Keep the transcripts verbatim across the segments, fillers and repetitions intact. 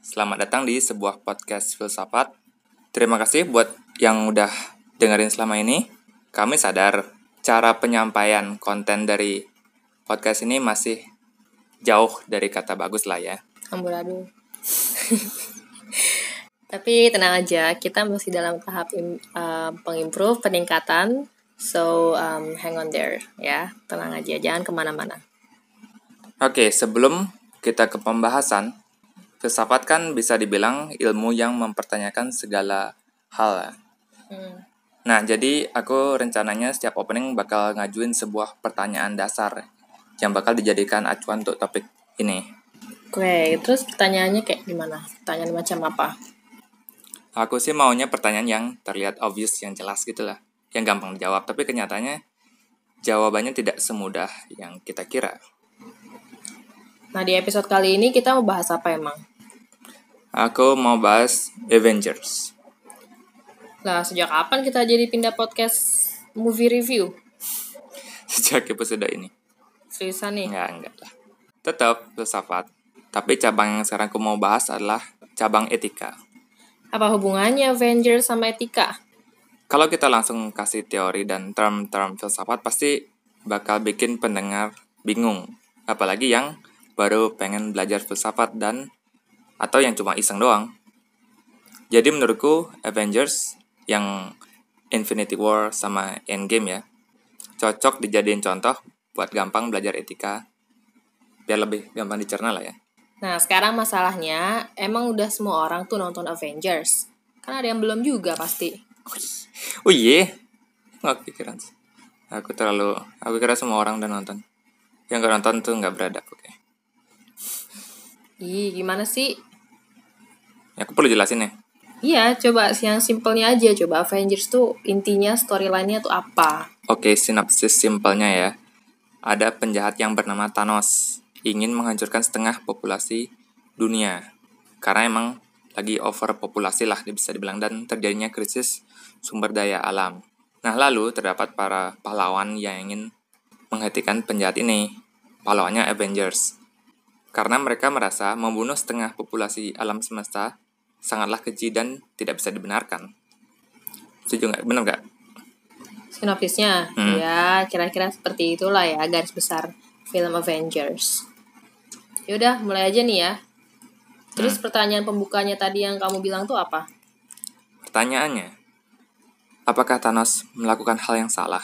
Selamat datang di sebuah podcast filsafat. Terima kasih buat yang udah dengerin selama ini. Kami sadar cara penyampaian konten dari podcast ini masih jauh dari kata bagus lah ya. Amburadul. Tapi tenang aja, kita masih dalam tahap im, uh, pengimprove, peningkatan. So, um, hang on there ya. Tenang aja, jangan kemana-mana. Oke, sebelum kita ke pembahasan, filsafat kan bisa dibilang ilmu yang mempertanyakan segala hal. Hmm. Nah, jadi aku rencananya setiap opening bakal ngajuin sebuah pertanyaan dasar yang bakal dijadikan acuan untuk topik ini. Oke, terus pertanyaannya kayak gimana? Pertanyaan macam apa? Aku sih maunya pertanyaan yang terlihat obvious, yang jelas gitu lah, yang gampang dijawab, tapi kenyataannya jawabannya tidak semudah yang kita kira. Nah, di episode kali ini kita mau bahas apa emang? Aku mau bahas Avengers. Lah, sejak kapan kita jadi pindah podcast movie review? Sejak episode ini. Seriusan nih? Enggak, enggak lah. Tetap filsafat. Tapi cabang yang sekarang aku mau bahas adalah cabang etika. Apa hubungannya Avengers sama etika? Kalau kita langsung kasih teori dan term-term filsafat, pasti bakal bikin pendengar bingung. Apalagi yang baru pengen belajar filsafat dan atau yang cuma iseng doang. Jadi menurutku Avengers yang Infinity War sama Endgame ya, cocok dijadiin contoh buat gampang belajar etika, biar lebih gampang dicerna lah ya. Nah, sekarang masalahnya, emang udah semua orang tuh nonton Avengers? Kan ada yang belum juga pasti. Oh iya, nggak kepikiran sih. Aku terlalu, aku kira semua orang udah nonton. Yang gak nonton tuh nggak beradab, oke. Okay. Ih, gimana sih? Ya, aku perlu jelasin ya. Iya, coba yang simpelnya aja. Coba Avengers tuh intinya storyline-nya tuh apa? Oke, sinopsis simpelnya ya. Ada penjahat yang bernama Thanos, ingin menghancurkan setengah populasi dunia. Karena emang lagi overpopulasi lah bisa dibilang, dan terjadinya krisis sumber daya alam. Nah, lalu terdapat para pahlawan yang ingin menghentikan penjahat ini. Pahlawannya Avengers. Karena mereka merasa membunuh setengah populasi alam semesta sangatlah keji dan tidak bisa dibenarkan. Setuju nggak? Benar nggak? Sinopsisnya, Hmm. ya kira-kira seperti itulah ya garis besar film Avengers. Yaudah, mulai aja nih ya. Terus Hmm. pertanyaan pembukanya tadi yang kamu bilang tuh apa? Pertanyaannya, apakah Thanos melakukan hal yang salah?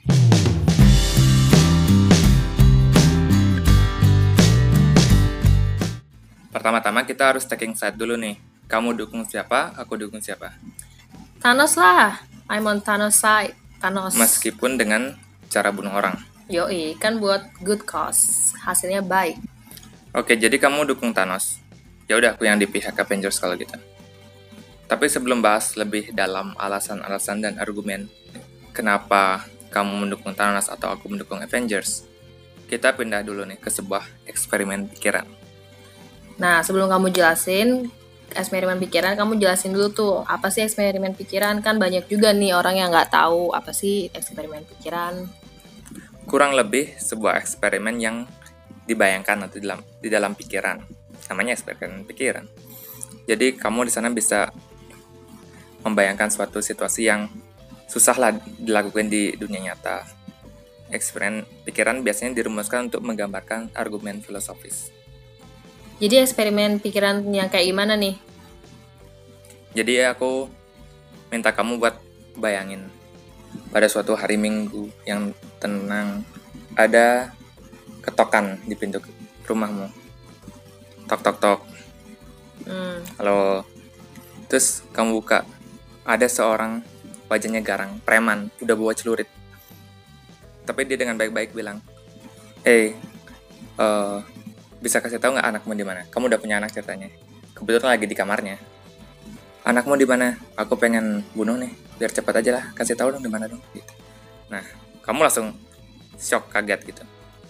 Pertama-tama kita harus taking side dulu nih. Kamu dukung siapa, aku dukung siapa. Thanos lah. I'm on Thanos side. Thanos. Meskipun dengan cara bunuh orang. Yoi, kan buat good cause. Hasilnya baik. Oke, jadi kamu dukung Thanos. Ya udah, aku yang di pihak Avengers kalau gitu. Tapi sebelum bahas lebih dalam alasan-alasan dan argumen kenapa kamu mendukung Thanos atau aku mendukung Avengers, kita pindah dulu nih ke sebuah eksperimen pikiran. Nah, sebelum kamu jelasin eksperimen pikiran, kamu jelasin dulu tuh apa sih eksperimen pikiran. Kan banyak juga nih orang yang nggak tahu apa sih eksperimen pikiran. Kurang lebih sebuah eksperimen yang dibayangkan atau di dalam di dalam pikiran. Namanya eksperimen pikiran. Jadi kamu di sana bisa membayangkan suatu situasi yang susah lah dilakukan di dunia nyata. Eksperimen pikiran biasanya dirumuskan untuk menggambarkan argumen filosofis. Jadi eksperimen pikiran yang kayak gimana nih? Jadi aku minta kamu buat bayangin pada suatu hari Minggu yang tenang, ada ketokan di pintu rumahmu. Tok tok tok. Hmm. Halo. Terus kamu buka, ada seorang wajahnya garang, preman, udah bawa celurit. Tapi dia dengan baik-baik bilang, "Hey, uh, bisa kasih tahu nggak anakmu di mana? Kamu udah punya anak ceritanya. Kebetulan lagi di kamarnya. Anakmu di mana? Aku pengen bunuh nih. Biar cepat aja lah. Kasih tahu dong di mana dong." Gitu. Nah, kamu langsung shock, kaget gitu.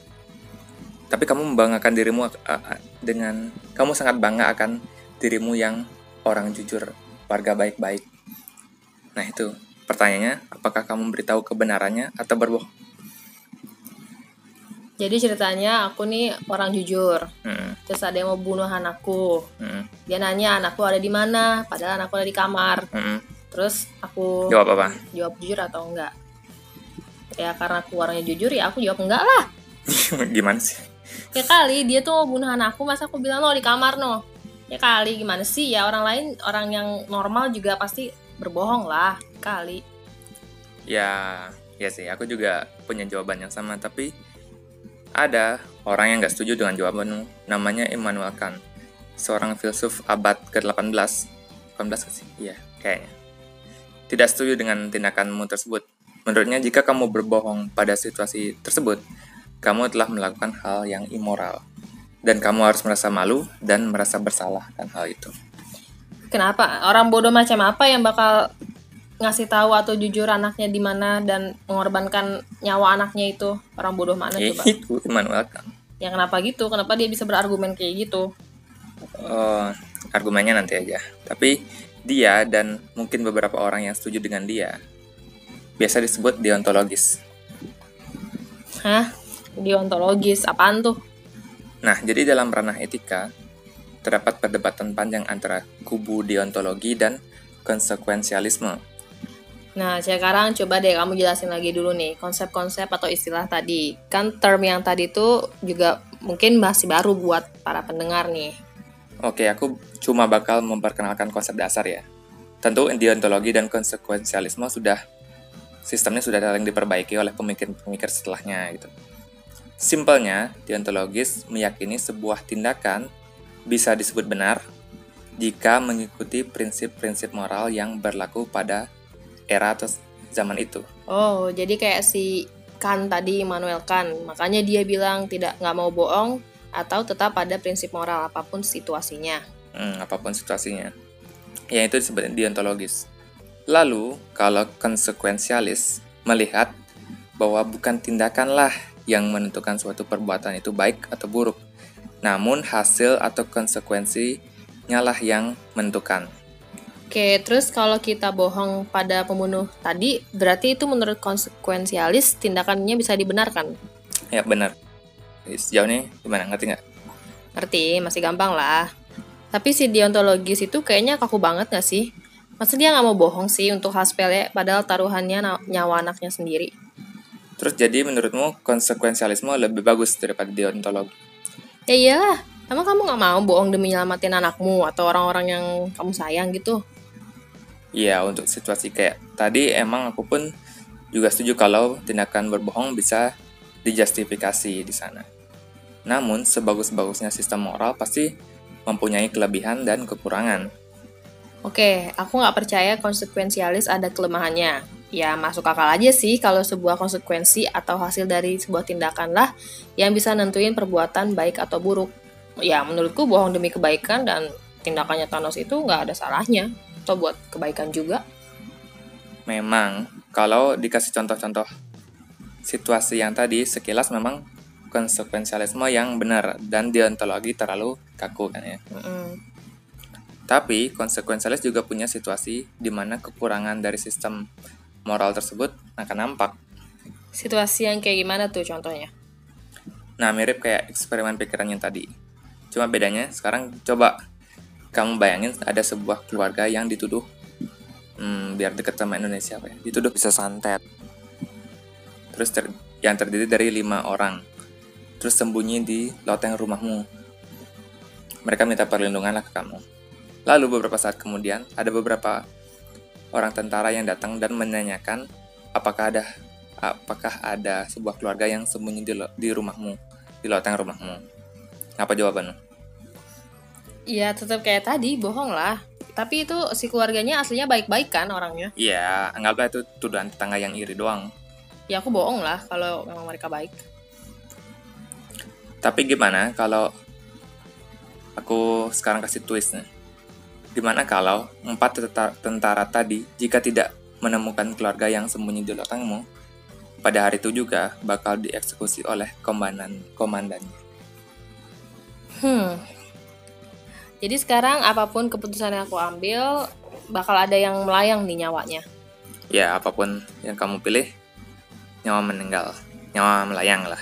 Tapi kamu membanggakan dirimu uh, dengan kamu sangat bangga akan dirimu yang orang jujur, warga baik-baik. Nah itu pertanyaannya, apakah kamu memberitahu kebenarannya atau berbohong? Jadi ceritanya aku nih orang jujur. Hmm. Terus ada yang mau bunuh anakku. Hmm. Dia nanya anakku ada di mana, padahal anakku ada di kamar. Hmm. Terus aku Jawab apa? Jawab jujur atau enggak? Ya karena aku orangnya jujur ya aku jawab enggak lah. Gimana sih? Ya kali dia tuh mau bunuh anakku, masa aku bilang lo di kamar no. Ya kali gimana sih ya, orang lain, orang yang normal juga pasti berbohong lah kali. Ya, ya sih, aku juga punya jawaban yang sama, tapi ada orang yang nggak setuju dengan jawabanmu. Namanya Immanuel Kant, seorang filsuf abad ke delapan belas. delapan belas sih? Iya, kayaknya. Tidak setuju dengan tindakanmu tersebut. Menurutnya, jika kamu berbohong pada situasi tersebut, kamu telah melakukan hal yang immoral. Dan kamu harus merasa malu dan merasa bersalah kan hal itu. Kenapa? Orang bodoh macam apa yang bakal ngasih tahu atau jujur anaknya di mana dan mengorbankan nyawa anaknya itu? Orang bodoh mana Eh, coba? itu Immanuel Kant. Ya kenapa gitu? Kenapa dia bisa berargumen kayak gitu? Oh, argumennya nanti aja. Tapi dia dan mungkin beberapa orang yang setuju dengan dia biasa disebut deontologis. Hah? Deontologis? Apaan tuh? Nah, jadi dalam ranah etika terdapat perdebatan panjang antara kubu deontologi dan konsekuensialisme. Nah, sekarang coba deh kamu jelasin lagi dulu nih konsep-konsep atau istilah tadi. Kan term yang tadi tuh juga mungkin masih baru buat para pendengar nih. Oke, aku cuma bakal memperkenalkan konsep dasar ya. Tentu deontologi dan konsekuensialisme sudah sistemnya sudah saling diperbaiki oleh pemikir-pemikir setelahnya gitu. Simpelnya, deontologis meyakini sebuah tindakan bisa disebut benar jika mengikuti prinsip-prinsip moral yang berlaku pada era atau zaman itu. Oh, jadi kayak si Kant tadi, Immanuel Kant. Makanya dia bilang tidak nggak mau bohong atau tetap pada prinsip moral apapun situasinya. Hmm, apapun situasinya. Yang itu disebut deontologis. Lalu, kalau konsekuensialis melihat bahwa bukan tindakanlah yang menentukan suatu perbuatan itu baik atau buruk, namun hasil atau konsekuensinya lah yang menentukan. Oke, terus kalau kita bohong pada pembunuh tadi, berarti itu menurut konsekuensialis tindakannya bisa dibenarkan? Ya, benar. Sejauh ini gimana? Ngerti nggak? Ngerti, masih gampang lah. Tapi si deontologis itu kayaknya kaku banget gak sih? Masa dia gak mau bohong sih untuk hal sepele, padahal taruhannya na- nyawa anaknya sendiri? Terus jadi menurutmu konsekuensialisme lebih bagus daripada deontologi? Ya iyalah, emang kamu gak mau bohong demi nyelamatin anakmu atau orang-orang yang kamu sayang gitu? Iya, untuk situasi kayak tadi emang aku pun juga setuju kalau tindakan berbohong bisa dijustifikasi di sana. Namun, sebagus-bagusnya sistem moral pasti mempunyai kelebihan dan kekurangan. Oke, aku gak percaya konsekuensialis ada kelemahannya. Ya masuk akal aja sih kalau sebuah konsekuensi atau hasil dari sebuah tindakan lah yang bisa nentuin perbuatan baik atau buruk. Ya menurutku bohong demi kebaikan dan tindakannya Thanos itu gak ada salahnya. Atau buat kebaikan juga. Memang, kalau dikasih contoh-contoh situasi yang tadi, sekilas memang konsekuensialisme yang benar dan deontologi terlalu kaku kan ya. Mm-mm. Tapi konsekuensialis juga punya situasi di mana kekurangan dari sistem moral tersebut akan nampak. Situasi yang kayak gimana tuh contohnya? Nah, mirip kayak eksperimen pikiran yang tadi. Cuma bedanya sekarang coba kamu bayangin ada sebuah keluarga yang dituduh hmm, biar deket sama Indonesia apa ya? Dituduh bisa santet. Terus ter, yang terdiri dari lima orang. Terus sembunyi di loteng rumahmu. Mereka minta perlindungan lah ke kamu. Lalu beberapa saat kemudian ada beberapa orang tentara yang datang dan menanyakan apakah ada apakah ada sebuah keluarga yang sembunyi di, di rumahmu, di loteng rumahmu. Apa jawabanmu? Ya tetap kayak tadi, bohong lah. Tapi itu si keluarganya aslinya baik-baik kan orangnya? Iya, anggaplah itu tuduhan tetangga yang iri doang. Ya aku bohong lah kalau memang mereka baik. Tapi gimana kalau aku sekarang kasih twist nih? Gimana kalau empat tentara tadi jika tidak menemukan keluarga yang sembunyi di lotengmu, pada hari itu juga bakal dieksekusi oleh komandan komandannya. Hmm. Jadi sekarang apapun keputusan yang aku ambil, bakal ada yang melayang nih nyawanya. Ya, apapun yang kamu pilih, nyawa meninggal, nyawa melayang lah.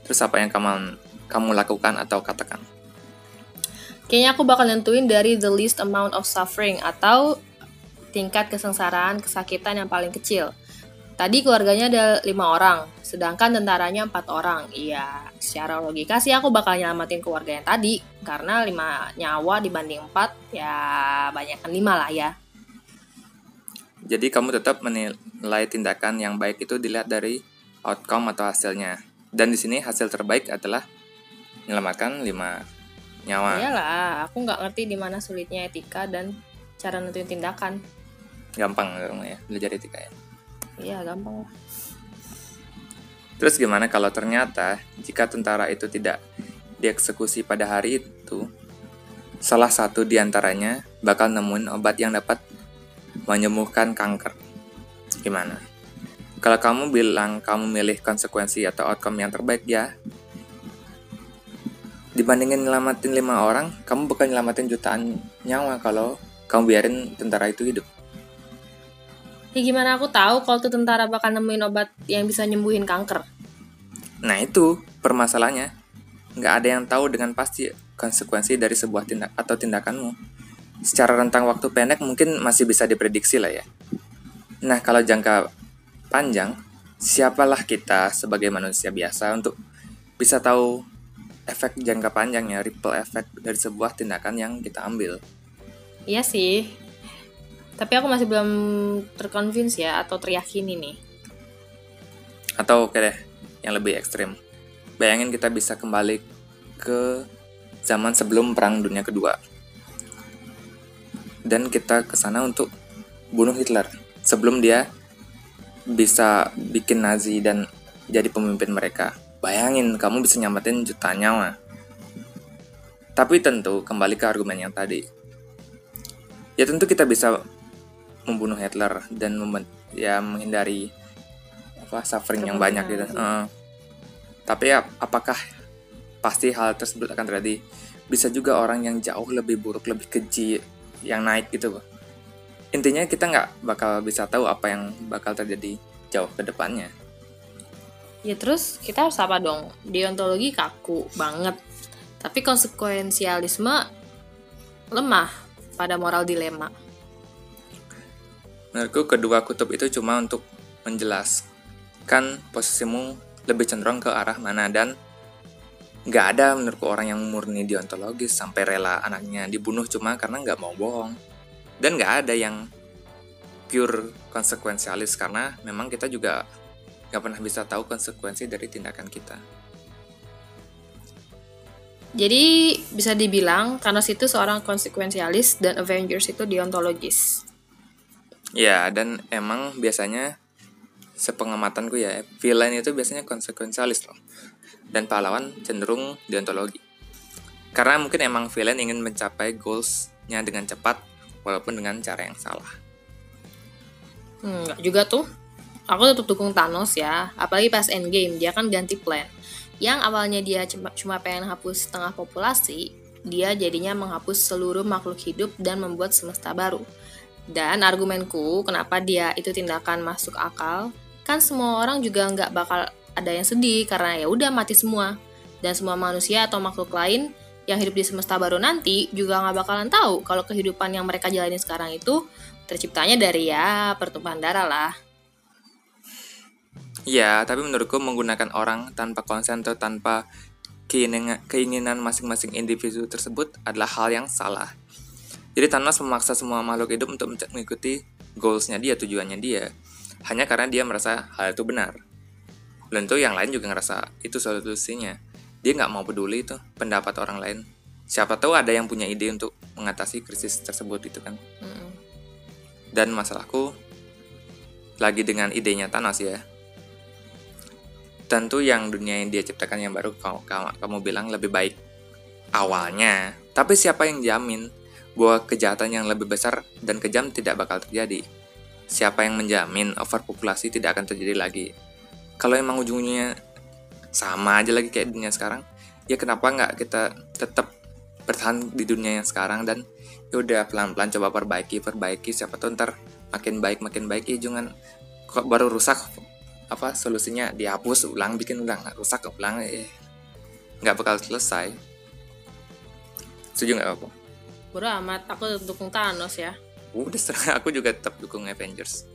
Terus apa yang kamu kamu lakukan atau katakan? Kayaknya aku bakal nentuin dari the least amount of suffering atau tingkat kesengsaraan, kesakitan yang paling kecil. Tadi keluarganya ada lima orang, sedangkan tentaranya empat orang. Iya, secara logika sih aku bakal nyelamatin keluarga yang tadi, karena lima nyawa dibanding empat, ya banyakkan lima lah ya. Jadi kamu tetap menilai tindakan yang baik itu dilihat dari outcome atau hasilnya. Dan di sini hasil terbaik adalah menyelamatkan lima nyawa. Iyalah, aku nggak ngerti di mana sulitnya etika dan cara nentuin tindakan. Gampang dong ya, belajar etika ya. Iya, gampang lah. Terus gimana kalau ternyata jika tentara itu tidak dieksekusi pada hari itu, salah satu di antaranya bakal nemuin obat yang dapat menyembuhkan kanker? Gimana? Kalau kamu bilang kamu milih konsekuensi atau outcome yang terbaik, ya dibandingin nyelamatin lima orang, kamu bakal nyelamatin jutaan nyawa kalau kamu biarin tentara itu hidup. Ya gimana aku tahu kalau tuh tentara bakal nemuin obat yang bisa nyembuhin kanker? Nah itu permasalahannya. Nggak ada yang tahu dengan pasti konsekuensi dari sebuah tindak atau tindakanmu. Secara rentang waktu pendek mungkin masih bisa diprediksi lah ya. Nah kalau jangka panjang, siapalah kita sebagai manusia biasa untuk bisa tahu efek jangka panjangnya, ripple effect dari sebuah tindakan yang kita ambil. Iya sih, tapi aku masih belum terconvince ya atau teryakini nih. Atau oke deh, yang lebih ekstrim. Bayangin kita bisa kembali ke zaman sebelum Perang Dunia Kedua. Dan kita kesana untuk bunuh Hitler sebelum dia bisa bikin Nazi dan jadi pemimpin mereka. Bayangin, kamu bisa nyamatin jutaan nyawa. Tapi tentu, kembali ke argumen yang tadi. Ya tentu kita bisa membunuh Hitler dan mem- ya menghindari apa suffering yang banyak gitu. Uh, tapi ya, apakah pasti hal tersebut akan terjadi? Bisa juga orang yang jauh lebih buruk, lebih keji, yang naik gitu. Intinya kita nggak bakal bisa tahu apa yang bakal terjadi jauh ke depannya. Ya terus kita harus apa dong? Deontologi kaku banget. Tapi konsekuensialisme lemah pada moral dilema. Menurutku kedua kutub itu cuma untuk menjelaskan posisimu lebih cenderung ke arah mana, dan nggak ada menurutku orang yang murni deontologis sampai rela anaknya dibunuh cuma karena nggak mau bohong. Dan nggak ada yang pure konsekuensialis karena memang kita juga gak pernah bisa tahu konsekuensi dari tindakan kita. Jadi bisa dibilang Thanos itu seorang konsekuensialis dan Avengers itu deontologis. Ya, dan emang biasanya sepengamatanku ya, villain itu biasanya konsekuensialis loh. Dan pahlawan cenderung deontologi. Karena mungkin emang villain ingin mencapai goals-nya dengan cepat walaupun dengan cara yang salah. Hmm, gak juga tuh. Aku tetap dukung Thanos ya, apalagi pas Endgame, dia kan ganti plan. Yang awalnya dia cuma, cuma pengen hapus setengah populasi, dia jadinya menghapus seluruh makhluk hidup dan membuat semesta baru. Dan argumenku, kenapa dia itu tindakan masuk akal, kan semua orang juga nggak bakal ada yang sedih karena ya udah mati semua. Dan semua manusia atau makhluk lain yang hidup di semesta baru nanti juga nggak bakalan tahu kalau kehidupan yang mereka jalani sekarang itu terciptanya dari ya pertumpahan darah lah. Ya, tapi menurutku menggunakan orang tanpa konsen atau tanpa keinginan masing-masing individu tersebut adalah hal yang salah. Jadi Thanos memaksa semua makhluk hidup untuk mengikuti goals-nya dia, tujuannya dia, hanya karena dia merasa hal itu benar. Dan tentu yang lain juga ngerasa itu solusinya. Dia nggak mau peduli itu pendapat orang lain. Siapa tahu ada yang punya ide untuk mengatasi krisis tersebut itu kan. Mm-mm. Dan masalahku lagi dengan idenya Thanos ya. Tentu yang dunia yang dia ciptakan yang baru kamu, kamu, kamu bilang lebih baik awalnya. Tapi siapa yang jamin bahwa kejahatan yang lebih besar dan kejam tidak bakal terjadi? Siapa yang menjamin overpopulasi tidak akan terjadi lagi? Kalau emang ujungnya sama aja lagi kayak dunia sekarang, ya kenapa nggak kita tetap bertahan di dunia yang sekarang dan ya udah pelan-pelan coba perbaiki, perbaiki siapa tahu ntar makin baik makin baik ya, jangan kok baru rusak apa solusinya dihapus ulang, bikin ulang, rusak ulang, eh nggak bakal selesai. Setuju nggak apa? Bodo amat, aku dukung Thanos ya. Udah serah, aku juga tetap dukung Avengers.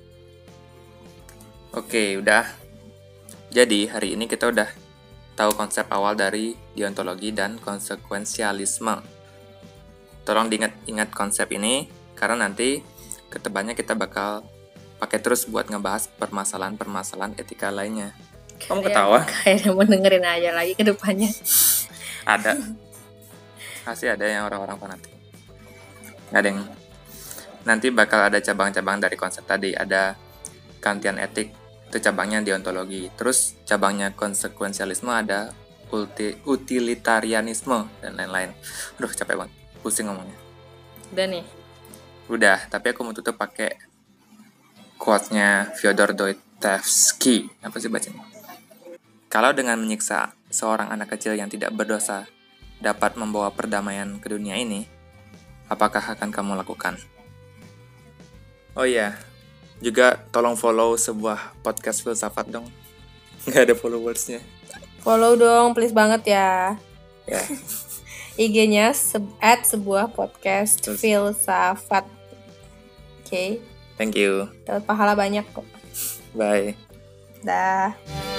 Oke, udah. Jadi hari ini kita udah tahu konsep awal dari deontologi dan konsekuensialisme. Tolong diingat-ingat konsep ini karena nanti kedepannya kita bakal pakai terus buat ngebahas permasalahan-permasalahan etika lainnya. Kamu ketawa? Kayaknya mau dengerin aja lagi ke depannya. Ada. Pasti ada yang orang-orang fanatik. Nggak ada yang... Nanti bakal ada cabang-cabang dari konsep tadi. Ada Kantian etik, itu cabangnya deontologi. Terus cabangnya konsekuensialisme ada ulti, utilitarianisme, dan lain-lain. Aduh, capek banget. Pusing ngomongnya. Udah nih. Udah, tapi aku mau tutup pakai quote-nya Fyodor Dostoevsky. Apa sih bacanya? Kalau dengan menyiksa seorang anak kecil yang tidak berdosa dapat membawa perdamaian ke dunia ini, apakah akan kamu lakukan? Oh iya, juga tolong follow sebuah podcast filsafat dong. Nggak ada followersnya. Follow dong, please banget ya. Ya. I G-nya se- at sebuah podcast Terus. filsafat. Oke, okay. Thank you. Dapat pahala banyak kok. Bye. Dah.